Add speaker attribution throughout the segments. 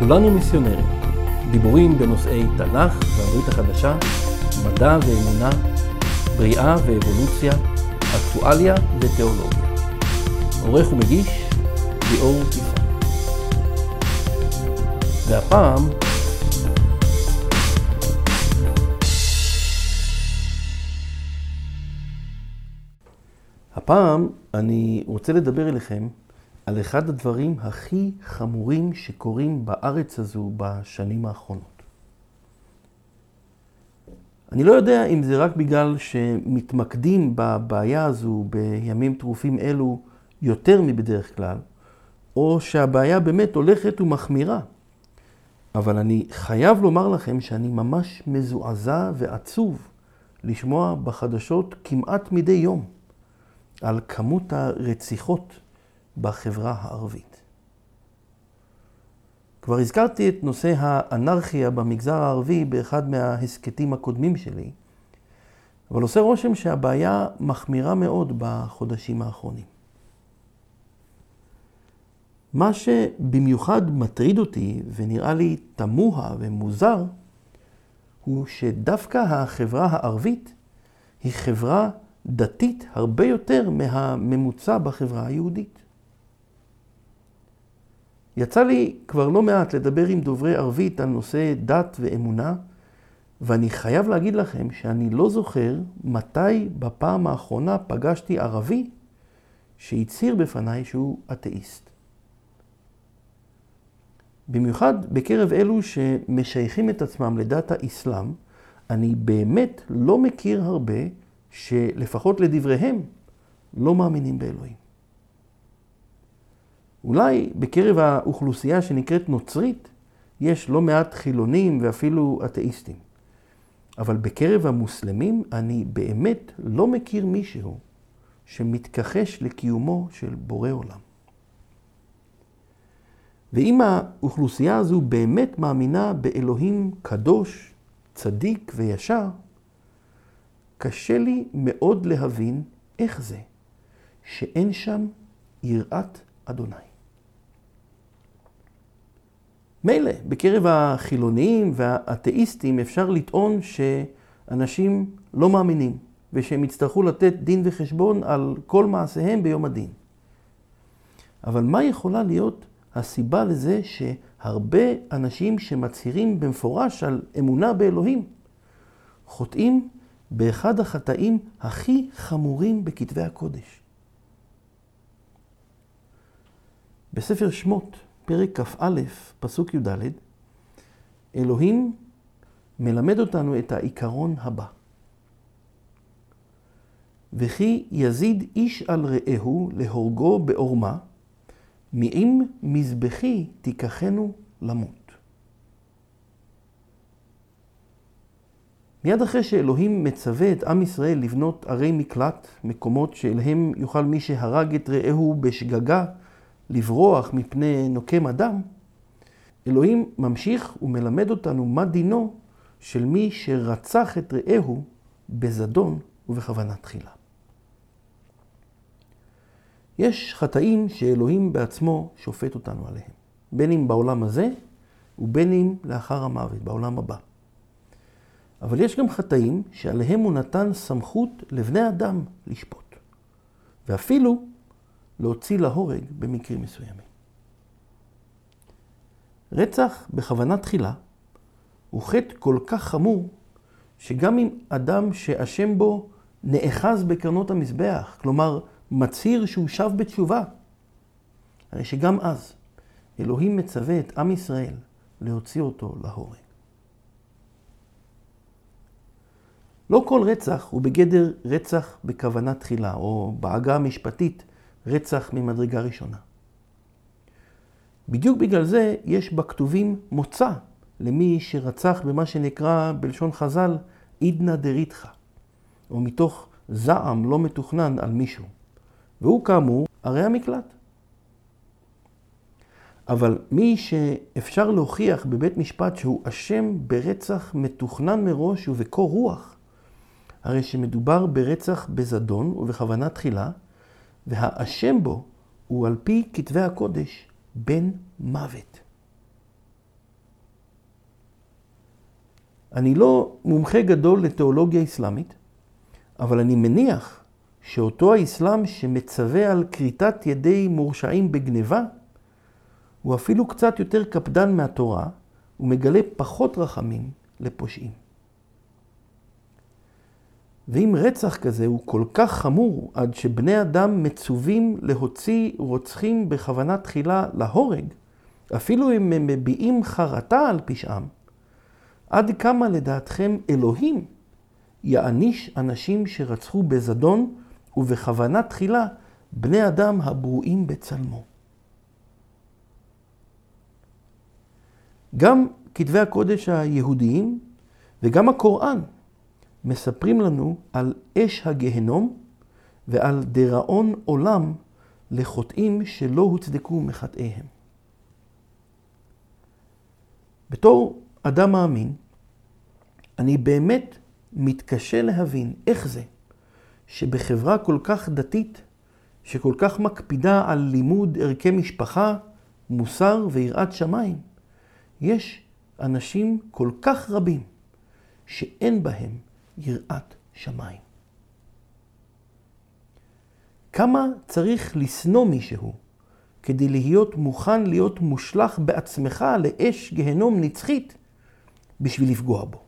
Speaker 1: כולנו מיסיונרים, דיבורים בנושאי תנ"ך והברית החדשה, מדע ואמונה, בריאה ואבולוציה, אקטואליה ותיאולוגיה. עורך ומגיש, ליאור תיפן. והפעם, אני רוצה לדבר אליכם על אחד הדברים הכי חמורים שקורים בארץ הזו בשנים האחרונות. אני לא יודע אם זה רק בגלל שמתמקדים בבעיה הזו בימים טרופים אלו יותר מבדרך כלל, או שהבעיה באמת הולכת ומחמירה. אבל אני חייב לומר לכם שאני ממש מזועזע ועצוב לשמוע בחדשות כמעט מדי יום על כמות הרציחות בחברה הערבית. כבר הזכרתי את נושא האנרכיה במגזר הערבי באחד מההסקטים הקודמים שלי, אבל עושה רושם שהבעיה מחמירה מאוד בחודשים האחרונים. מה שבמיוחד מטריד אותי ונראה לי תמוה ומוזר, הוא שדווקא החברה הערבית היא חברה דתית הרבה יותר מהממוצע בחברה היהודית. יצא לי כבר לא מעט לדבר עם דוברי ערבית על נושא דת ואמונה, ואני חייב להגיד לכם שאני לא זוכר מתי בפעם האחרונה פגשתי ערבי שהצהיר בפניי שהוא אתאיסט. במיוחד בקרב אלו שמשייכים את עצמם לדת האסלאם, אני באמת לא מכיר הרבה שלפחות לדבריהם לא מאמינים באלוהים. אולי בקרב האוכלוסייה שנקראת נוצרית יש לא מעט חילונים ואפילו אתאיסטים. אבל בקרב המוסלמים אני באמת לא מכיר מישהו שמתכחש לקיומו של בורא עולם. ואם האוכלוסייה הזו באמת מאמינה באלוהים קדוש, צדיק וישר, קשה לי מאוד להבין איך זה שאין שם יראת אדוני. מילא, בקרב החילוניים והאתאיסטים אפשר לטעון שאנשים לא מאמינים, ושהם יצטרכו לתת דין וחשבון על כל מעשיהם ביום הדין. אבל מה יכולה להיות הסיבה לזה שהרבה אנשים שמצהירים במפורש על אמונה באלוהים, חוטאים באחד החטאים הכי חמורים בכתבי הקודש? בספר שמות, פרק כ"א, פסוק י"ד, אלוהים מלמד אותנו את העיקרון הבא. וכי יזיד איש על רעהו להורגו בעורמה, מעם מזבחי תיקחנו למות. מיד אחרי שאלוהים מצווה את עם ישראל לבנות ערי מקלט, מקומות שאליהם יוכל מי שהרג את רעהו בשגגה לברוח מפני נוקם אדם, אלוהים ממשיך ומלמד אותנו מה דינו של מי שרצח את רעהו בזדון ובכוונה תחילה. יש חטאים שאלוהים בעצמו שופט אותנו עליהם, בין אם בעולם הזה ובין אם לאחר המוות, בעולם הבא. אבל יש גם חטאים שעליהם הוא נתן סמכות לבני אדם לשפוט, ואפילו להוציא להורג במקרים מסוימים. רצח בכוונה תחילה הוא חטא כל כך חמור, שגם אם אדם שאשם בו נאחז בקרנות המזבח, כלומר מצהיר שהוא שב בתשובה, הרי שגם אז אלוהים מצווה את עם ישראל להוציא אותו להורג. לא כל רצח הוא בגדר רצח בכוונה תחילה, או בעגה המשפטית רצח ממדרגה ראשונה. בדיוק בגלל זה יש בכתובים מוצא למי שרצח במה שנקרא בלשון חז"ל עידנא דריתחא, או מתוך זעם לא מתוכנן על מישהו. והוא כאמור ערי המקלט. אבל מי שאפשר להוכיח בבית משפט שהוא אשם ברצח מתוכנן מראש ובקור רוח, הרי שמדובר ברצח בזדון ובכוונה תחילה, והאשם בו הוא על פי כתבי הקודש בן מוות. אני לא מומחה גדול לתיאולוגיה אסלאמית, אבל אני מניח שאותו האסלאם שמצווה על כריתת ידי מורשעים בגניבה, הוא אפילו קצת יותר קפדן מהתורה, ומגלה פחות רחמים לפושעים. ואם רצח כזה הוא כל כך חמור עד שבני אדם מצווים להוציא רוצחים בכוונה תחילה להורג, אפילו אם הם מביעים חרטה על פשעם, עד כמה לדעתכם אלוהים יעניש אנשים שרצחו בזדון ובכוונה תחילה בני אדם הברואים בצלמו? גם כתבי הקודש היהודיים וגם הקוראן מספרים לנו על אש הגהנום ועל דיראון עולם לחוטאים שלא הוצדקו מחטאיהם. בתור אדם מאמין, אני באמת מתקשה להבין איך זה שבחברה כל כך דתית, שכל כך מקפידה על לימוד ערכי משפחה, מוסר ויראת שמיים, יש אנשים כל כך רבים שאין בהם יראת שמיים. כמה צריך לשנוא מישהו כדי להיות מוכן להיות מושלך בעצמך לאש גהנום נצחית בשביל לפגוע בו?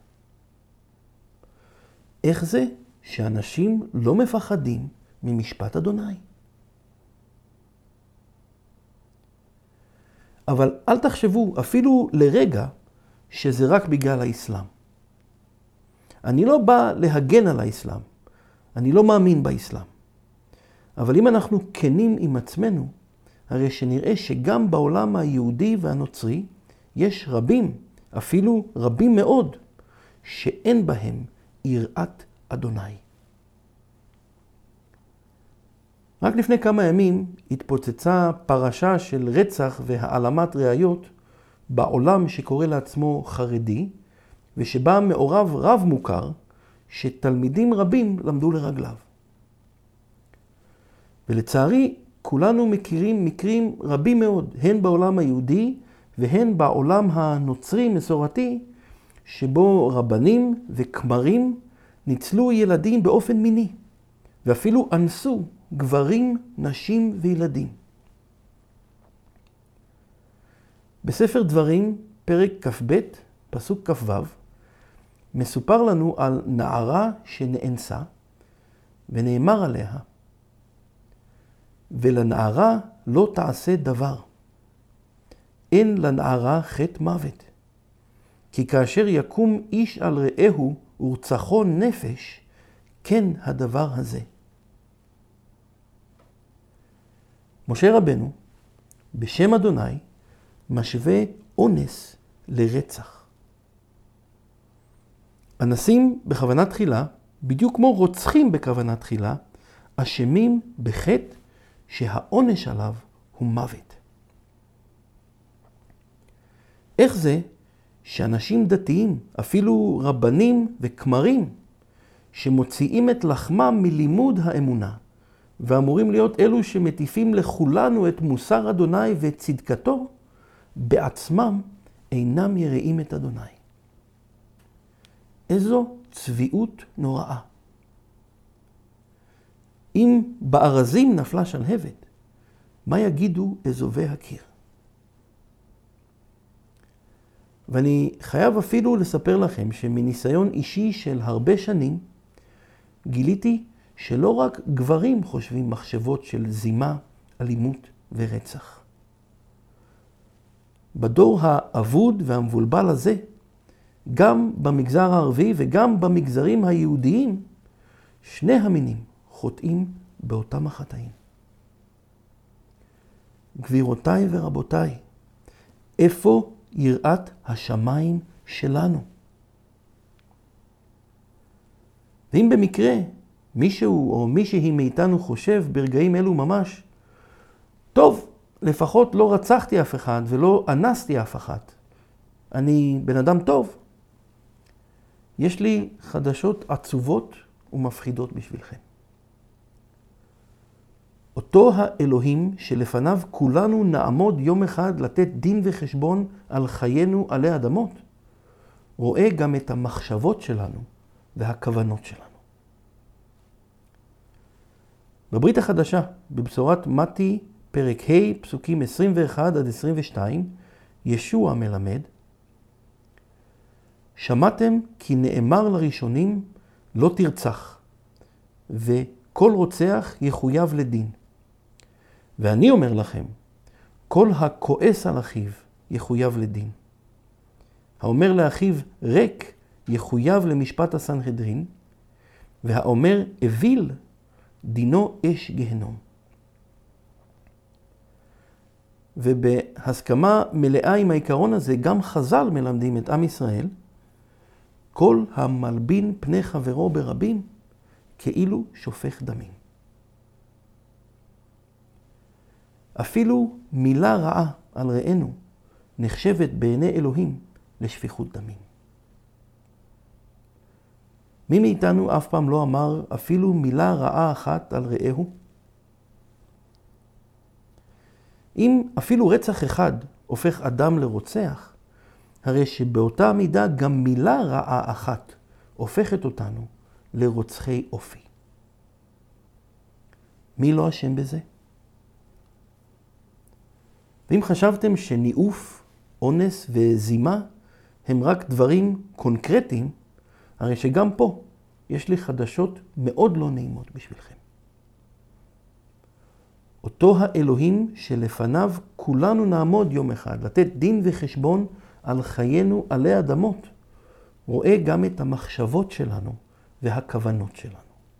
Speaker 1: איך זה שאנשים לא מפחדים ממשפט אדוני? אבל אל תחשבו אפילו לרגע שזה רק בגלל האסלאם. אני לא בא להגן על האסלאם, אני לא מאמין באסלאם. אבל אם אנחנו כנים עם עצמנו, הרי שנראה שגם בעולם היהודי והנוצרי יש רבים, אפילו רבים מאוד, שאין בהם יראת אדוני. רק לפני כמה ימים התפוצצה פרשה של רצח והעלמת ראיות בעולם שקורא לעצמו חרדי, ושבה מעורב רב מוכר שתלמידים רבים למדו לרגליו. ולצערי כולנו מכירים מקרים רבים מאוד, הן בעולם היהודי והן בעולם הנוצרי מסורתי, שבו רבנים וכמרים ניצלו ילדים באופן מיני, ואפילו אנסו גברים, נשים וילדים. בספר דברים, פרק כ"ב, פסוק כ"ו, מסופר לנו על נערה שנאנסה, ונאמר עליה, ולנערה לא תעשה דבר. אין לנערה חטא מוות. כי כאשר יקום איש על רעהו ורצחו נפש, כן הדבר הזה. משה רבנו, בשם אדוני, משווה אונס לרצח. אנסים בכוונה תחילה, בדיוק כמו רוצחים בכוונה תחילה, אשמים בחטא שהעונש עליו הוא מוות. איך זה שאנשים דתיים, אפילו רבנים וכמרים, שמוציאים את לחמם מלימוד האמונה, ואמורים להיות אלו שמטיפים לכולנו את מוסר אדוני ואת צדקתו, בעצמם אינם יראים את אדוני. איזו צביעות נוראה. אם בארזים נפלה שלהבת, מה יגידו אזובי הקיר? ואני חייב אפילו לספר לכם שמניסיון אישי של הרבה שנים, גיליתי שלא רק גברים חושבים מחשבות של זימה, אלימות ורצח. בדור האבוד והמבולבל הזה, גם במגזר הערבי וגם במגזרים היהודיים, שני המינים חוטאים באותם החטאים. גבירותיי ורבותיי, איפה יראת השמיים שלנו? ואם במקרה מישהו או מישהי מאיתנו חושב ברגעים אלו ממש, טוב, לפחות לא רצחתי אף אחד ולא אנסתי אף אחת, אני בן אדם טוב, יש לי חדשות עצובות ומפחידות בשבילכם. אותו האלוהים שלפניו כולנו נעמוד יום אחד לתת דין וחשבון על חיינו עלי אדמות, רואה גם את המחשבות שלנו והכוונות שלנו. בברית החדשה, בבשורת מתי, פרק ה', פסוקים 21 עד 22, ישוע מלמד, שמעתם כי נאמר לראשונים לא תרצח, וכל רוצח יחויב לדין. ואני אומר לכם, כל הכועס על אחיו יחויב לדין. האומר לאחיו ריק יחויב למשפט הסנהדרין, והאומר אוויל דינו אש גהנום. ובהסכמה מלאה עם העיקרון הזה, גם חז"ל מלמדים את עם ישראל, כל המלבין פני חברו ברבים, כאילו שופך דמים. אפילו מילה רעה על רענו נחשבת בעיני אלוהים לשפיכות דמים. מי מאיתנו אף פעם לא אמר אפילו מילה רעה אחת על רעהו? אם אפילו רצח אחד הופך אדם לרוצח, הרי שבאותה מידה גם מילה רעה אחת הופכת אותנו לרוצחי אופי. מי לא אשם בזה? ואם חשבתם שניאוף, אונס וזימה הם רק דברים קונקרטיים, הרי שגם פה יש לי חדשות מאוד לא נעימות בשבילכם. אותו האלוהים שלפניו כולנו נעמוד יום אחד, לתת דין וחשבון על חיינו עלי אדמות, רואה גם את המחשבות שלנו והכוונות שלנו.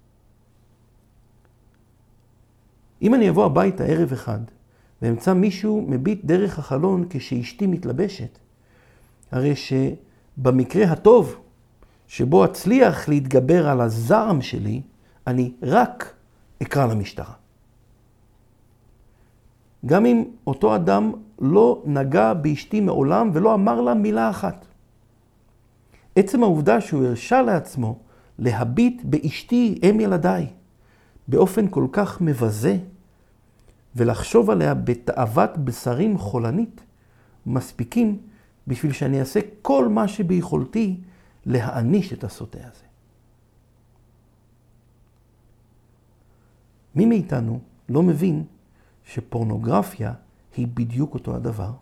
Speaker 1: אם אני אבוא הביתה ערב אחד ואמצא מישהו מביט דרך החלון כשאשתי מתלבשת, הרי שבמקרה הטוב שבו אצליח להתגבר על הזעם שלי, אני רק אקרא למשטרה. גם אם אותו אדם לא נגע באשתי מעולם ולא אמר לה מילה אחת. עצם העובדה שהוא הרשה לעצמו להביט באשתי אם ילדיי באופן כל כך מבזה ולחשוב עליה בתאוות בשרים חולנית, מספיקים בשביל שאני אעשה כל מה שביכולתי להעניש את הסוטה הזה. מי מאיתנו לא מבין שפורנוגרפיה היא בדיוק אותו הדבר?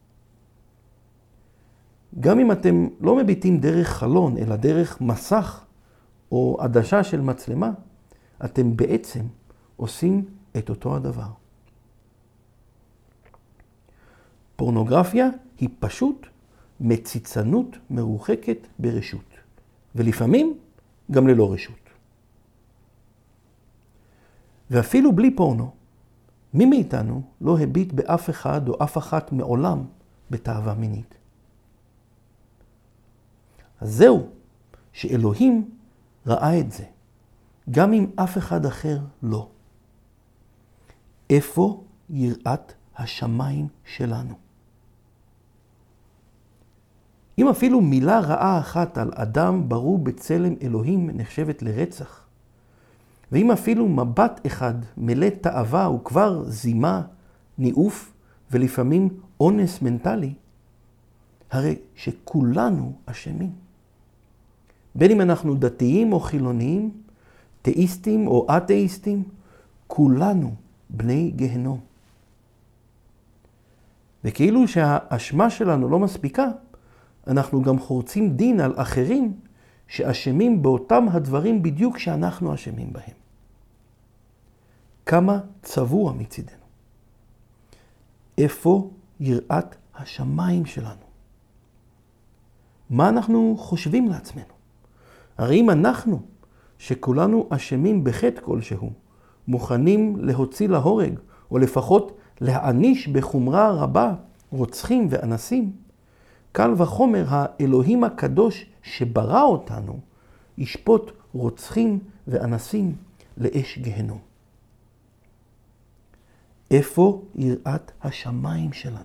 Speaker 1: גם אם אתם לא מביטים דרך חלון, אלא דרך מסך או עדשה של מצלמה, אתם בעצם עושים את אותו הדבר. פורנוגרפיה היא פשוט מציצנות מרוחקת ברשות, ולפעמים גם ללא רשות. ואפילו בלי פורנו, מי מאיתנו לא הביט באף אחד או אף אחת מעולם בתאווה מינית? אז זהו, שאלוהים ראה את זה, גם אם אף אחד אחר לא. איפה יראת השמיים שלנו? אם אפילו מילה רעה אחת על אדם ברור בצלם אלוהים נחשבת לרצח, ואם אפילו מבט אחד מלא תאווה הוא כבר זימה, ניאוף ולפעמים אונס מנטלי, הרי שכולנו אשמים. בין אם אנחנו דתיים או חילוניים, תאיסטים או אתאיסטים, כולנו בני גהנום. וכאילו שהאשמה שלנו לא מספיקה, אנחנו גם חורצים דין על אחרים שאשמים באותם הדברים בדיוק שאנחנו אשמים בהם. כמה צבוע מצידנו. איפה יראת השמיים שלנו? מה אנחנו חושבים לעצמנו? הרי אם אנחנו, שכולנו אשמים בחטא כלשהו, מוכנים להוציא להורג, או לפחות להעניש בחומרה רבה רוצחים ואנסים, קל וחומר האלוהים הקדוש שברא אותנו, ישפוט רוצחים ואנסים לאש גהנום. איפה יראת השמיים שלנו?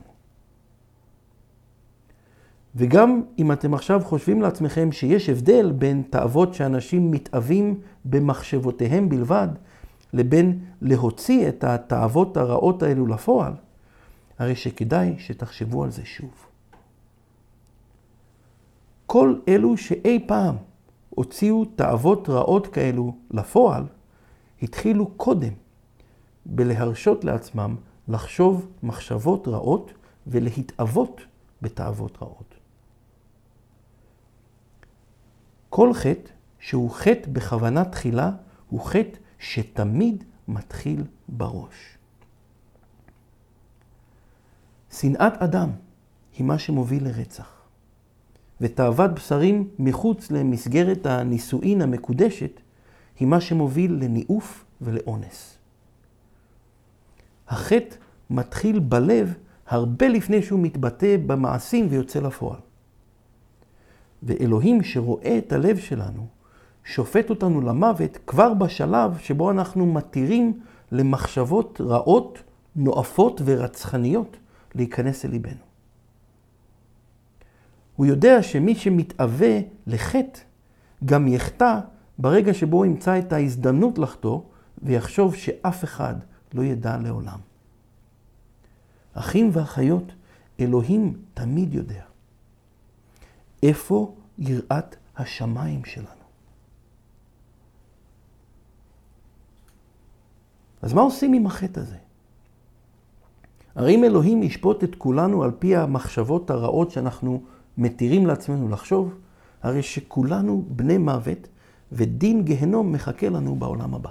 Speaker 1: וגם אם אתם עכשיו חושבים לעצמכם שיש הבדל בין תאוות שאנשים מתאווים במחשבותיהם בלבד, לבין להוציא את התאוות הרעות האלו לפועל, הרי שכדאי שתחשבו על זה שוב. כל אלו שאי פעם הוציאו תאוות רעות כאלו לפועל, התחילו קודם בלהרשות לעצמם לחשוב מחשבות רעות ולהתאבות בתאוות רעות. כל חטא שהוא חטא בכוונה תחילה הוא חטא שתמיד מתחיל בראש. שנאת אדם היא מה שמוביל לרצח. ותאוות בשרים מחוץ למסגרת הנישואין המקודשת היא מה שמוביל לניאוף ולאונס. החטא מתחיל בלב הרבה לפני שהוא מתבטא במעשים ויוצא לפועל. ואלוהים שרואה את הלב שלנו, שופט אותנו למוות כבר בשלב שבו אנחנו מתירים למחשבות רעות, נואפות ורצחניות להיכנס אל ליבנו. הוא יודע שמי שמתאווה לחטא גם יחטא ברגע שבו הוא ימצא את ההזדמנות לחטוא ויחשוב שאף אחד לא ידע לעולם. אחים ואחיות, אלוהים תמיד יודע. איפה יראת השמיים שלנו? אז מה עושים עם החטא הזה? הרי אם אלוהים ישפוט את כולנו על פי המחשבות הרעות שאנחנו מתירים לעצמנו לחשוב, הרי שכולנו בני מוות ודין גהנום מחכה לנו בעולם הבא.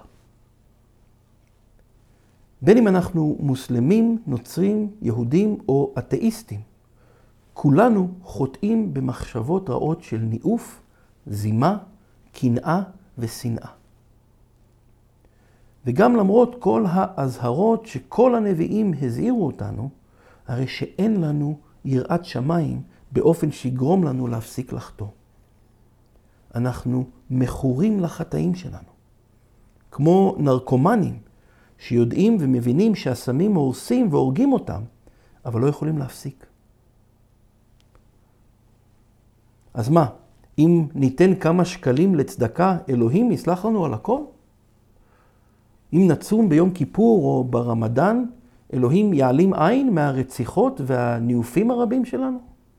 Speaker 1: בין אם אנחנו מוסלמים, נוצרים, יהודים או אתאיסטים, כולנו חוטאים במחשבות רעות של ניאוף, זימה, קנאה ושנאה. וגם למרות כל ההזהרות שכל הנביאים הזהירו אותנו, הרי שאין לנו יראת שמיים באופן שיגרום לנו להפסיק לחטוא. אנחנו מכורים לחטאים שלנו. כמו נרקומנים שיודעים ומבינים שהסמים הורסים והורגים אותם, אבל לא יכולים להפסיק. אז מה, אם ניתן כמה שקלים לצדקה, אלוהים יסלח לנו על הכל? אם נצום ביום כיפור או ברמדאן, אלוהים יעלים עין מהרציחות והניאופים הרבים שלנו?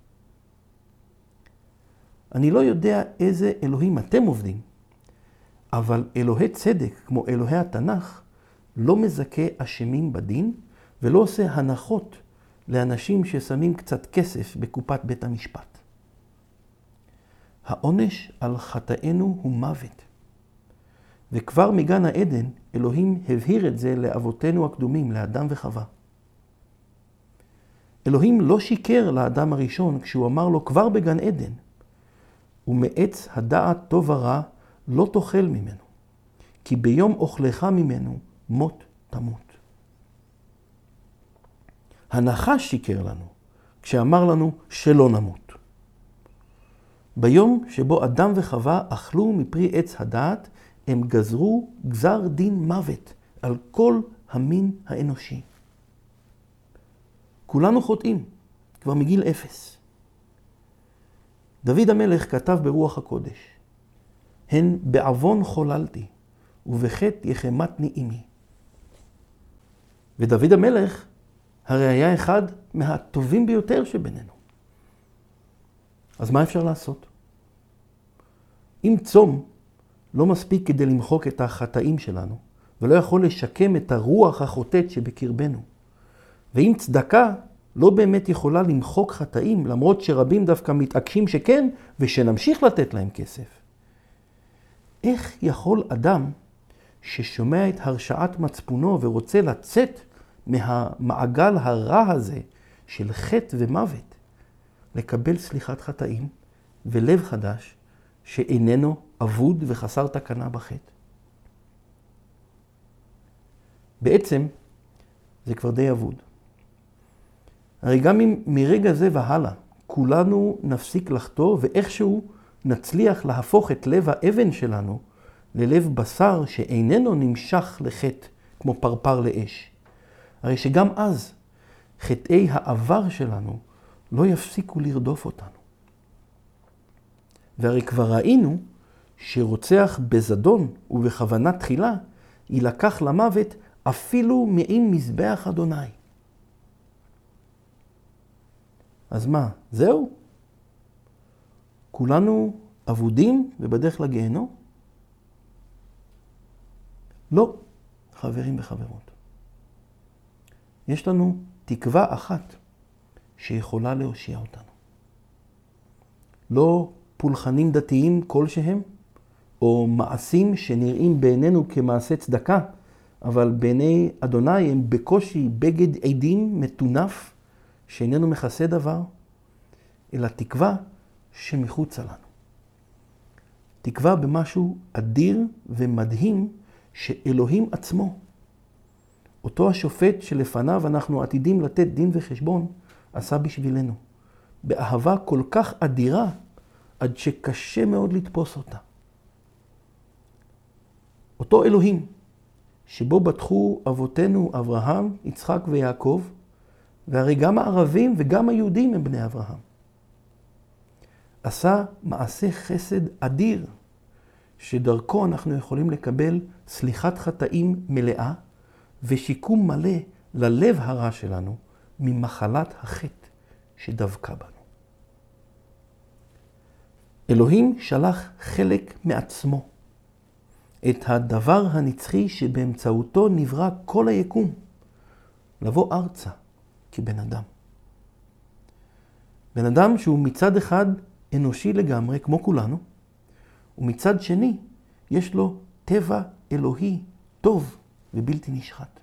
Speaker 1: אני לא יודע איזה אלוהים אתם עובדים, אבל אלוהי צדק, כמו אלוהי התנ"ך, לא מזכה אשמים בדין, ולא עושה הנחות לאנשים ששמים קצת כסף בקופת בית המשפט. העונש על חטאינו הוא מוות. וכבר מגן העדן, אלוהים הבהיר את זה לאבותינו הקדומים, לאדם וחווה. אלוהים לא שיקר לאדם הראשון כשהוא אמר לו כבר בגן עדן, ומעץ הדעת טוב ורע לא תאכל ממנו, כי ביום אוכלך ממנו מות תמות. הנחש שיקר לנו כשאמר לנו שלא נמות. ביום שבו אדם וחווה אכלו מפרי עץ הדעת, הם גזרו גזר דין מוות על כל המין האנושי. כולנו חוטאים, כבר מגיל 0. דוד המלך כתב ברוח הקודש, הן בעוון חוללתי, ובחטא יחמתני עמי. ודוד המלך הרי היה אחד מהטובים ביותר שבינינו. אז מה אפשר לעשות? אם צום לא מספיק כדי למחוק את החטאים שלנו, ולא יכול לשקם את הרוח החוטאת שבקרבנו, ואם צדקה לא באמת יכולה למחוק חטאים, למרות שרבים דווקא מתעקשים שכן, ושנמשיך לתת להם כסף. איך יכול אדם ששומע את הרשעת מצפונו ורוצה לצאת מהמעגל הרע הזה של חטא ומוות, לקבל סליחת חטאים ולב חדש שאיננו אבוד וחסר תקנה בחטא? בעצם זה כבר די אבוד. הרי גם אם מרגע זה והלאה כולנו נפסיק לחטוא ואיכשהו נצליח להפוך את לב האבן שלנו ללב בשר שאיננו נמשך לחטא כמו פרפר לאש, הרי שגם אז חטאי העבר שלנו לא יפסיקו לרדוף אותנו. והרי כבר ראינו שרוצח בזדון ובכוונה תחילה יילקח למוות אפילו מעם מזבח אדוני. אז מה, זהו? כולנו אבודים ובדרך לגיהנום? לא, חברים וחברות. יש לנו תקווה אחת שיכולה להושיע אותנו. לא פולחנים דתיים כלשהם, או מעשים שנראים בעינינו כמעשה צדקה, אבל בעיני אדוני הם בקושי בגד עדים מטונף, שאיננו מכסה דבר, אלא תקווה שמחוצה לנו. תקווה במשהו אדיר ומדהים שאלוהים עצמו, אותו השופט שלפניו אנחנו עתידים לתת דין וחשבון, עשה בשבילנו. באהבה כל כך אדירה, עד שקשה מאוד לתפוס אותה. אותו אלוהים, שבו בטחו אבותינו אברהם, יצחק ויעקב, והרי גם הערבים וגם היהודים הם בני אברהם. עשה מעשה חסד אדיר, שדרכו אנחנו יכולים לקבל סליחת חטאים מלאה, ושיקום מלא ללב הרע שלנו ממחלת החטא שדבקה בנו. אלוהים שלח חלק מעצמו, את הדבר הנצחי שבאמצעותו נברא כל היקום, לבוא ארצה כבן אדם. בן אדם שהוא מצד אחד אנושי לגמרי כמו כולנו, ומצד שני יש לו טבע אלוהי טוב ובלתי נשחט.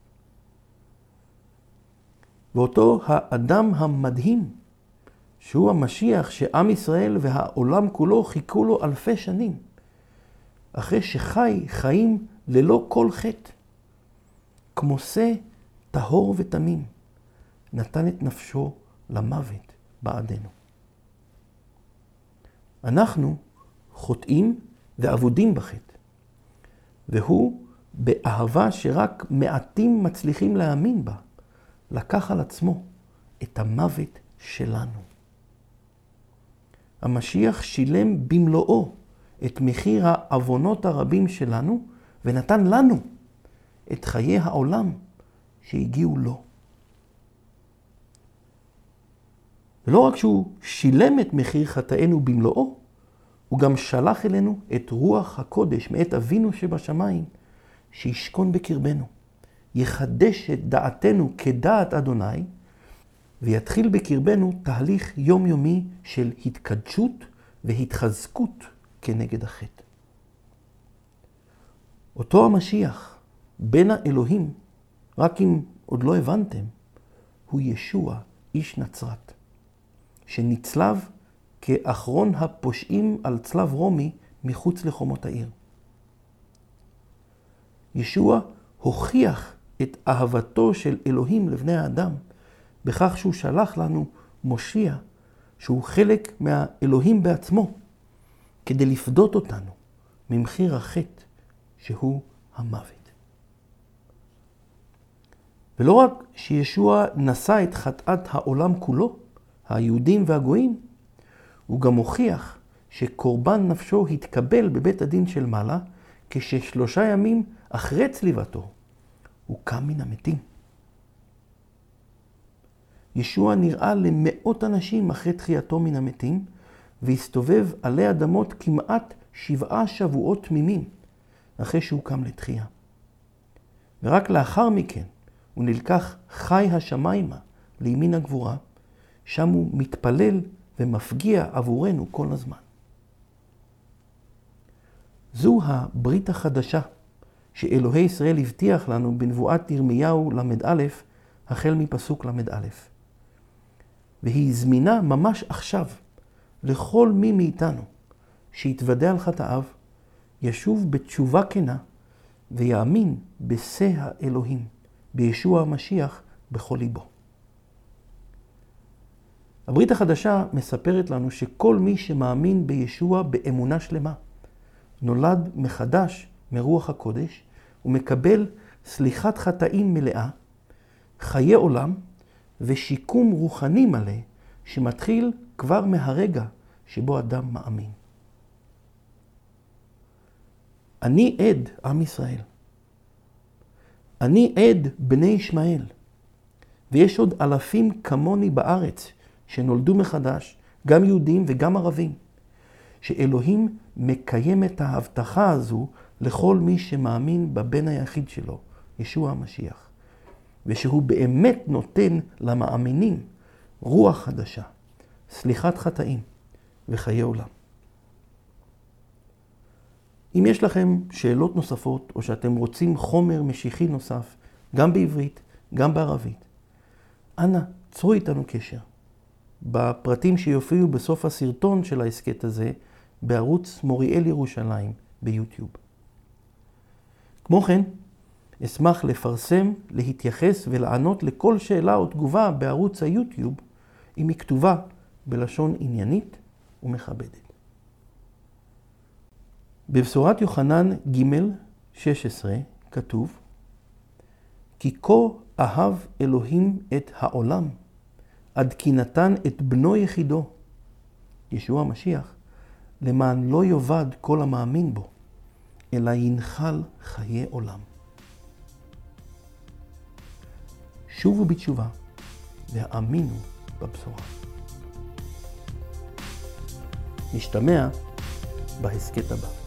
Speaker 1: ואותו האדם המדהים, שהוא המשיח שעם ישראל והעולם כולו חיכו לו אלפי שנים, אחרי שחי חיים ללא כל חטא, כמו שא טהור ותמים, נתן את נפשו למוות בעדנו. אנחנו חוטאים ואבודים בחטא, והוא באהבה שרק מעטים מצליחים להאמין בה, לקח על עצמו את המוות שלנו. המשיח שילם במלואו את מחיר העוונות הרבים שלנו, ונתן לנו את חיי העולם שהגיעו לו. ולא רק שהוא שילם את מחיר חטאינו במלואו, הוא גם שלח אלינו את רוח הקודש מאת אבינו שבשמיים, שישכון בקרבנו, יחדש את דעתנו כדעת אדוני, ויתחיל בקרבנו תהליך יומיומי של התקדשות והתחזקות כנגד החטא. אותו המשיח, בן האלוהים, רק אם עוד לא הבנתם, הוא ישוע, איש נצרת, שנצלב כאחרון הפושעים על צלב רומי מחוץ לחומות העיר. ישוע הוכיח את אהבתו של אלוהים לבני האדם, בכך שהוא שלח לנו מושיע, שהוא חלק מהאלוהים בעצמו, כדי לפדות אותנו ממחיר החטא שהוא המוות. ולא רק שישוע נשא את חטאת העולם כולו, היהודים והגויים, הוא גם הוכיח שקורבן נפשו התקבל בבית הדין של מעלה, כש3 ימים אחרי צליבתו הוא קם מן המתים. ישוע נראה למאות אנשים אחרי תחייתו מן המתים, והסתובב עלי אדמות כמעט 7 שבועות תמימים אחרי שהוא קם לתחייה. ורק לאחר מכן הוא נלקח חי השמיימה לימין הגבורה, שם הוא מתפלל ומפגיע עבורנו כל הזמן. זו הברית החדשה שאלוהי ישראל הבטיח לנו בנבואת ירמיהו למ"א, החל מפסוק למ"א. והיא זמינה ממש עכשיו לכל מי מאיתנו שיתוודע על חטאיו, ישוב בתשובה כנה ויאמין בשא האלוהים, בישוע המשיח בכל ליבו. הברית החדשה מספרת לנו שכל מי שמאמין בישוע באמונה שלמה, נולד מחדש מרוח הקודש, ומקבל סליחת חטאים מלאה, חיי עולם ושיקום רוחני מלא, שמתחיל כבר מהרגע שבו אדם מאמין. אני עד עם ישראל. אני עד בני ישמעאל. ויש עוד אלפים כמוני בארץ שנולדו מחדש, גם יהודים וגם ערבים, שאלוהים מקיים את ההבטחה הזו לכל מי שמאמין בבן היחיד שלו, ישוע המשיח. ושהוא באמת נותן למאמינים רוח חדשה, סליחת חטאים וחיי עולם. אם יש לכם שאלות נוספות או שאתם רוצים חומר משיחי נוסף, גם בעברית, גם בערבית, אנא, צרו איתנו קשר. בפרטים שיופיעו בסוף הסרטון של העסקת הזה, בערוץ מוריאל ירושלים ביוטיוב. כמו כן, אשמח לפרסם, להתייחס ולענות לכל שאלה או תגובה בערוץ היוטיוב, אם היא כתובה בלשון עניינית ומכבדת. בבשורת יוחנן ג' 16 כתוב, כי כה אהב אלוהים את העולם, עד כי נתן את בנו יחידו, ישוע המשיח, למען לא יאבד כל המאמין בו, אלא ינחל חיי עולם. שובו בתשובה והאמינו בבשורה. נשתמע בהסקט הבא.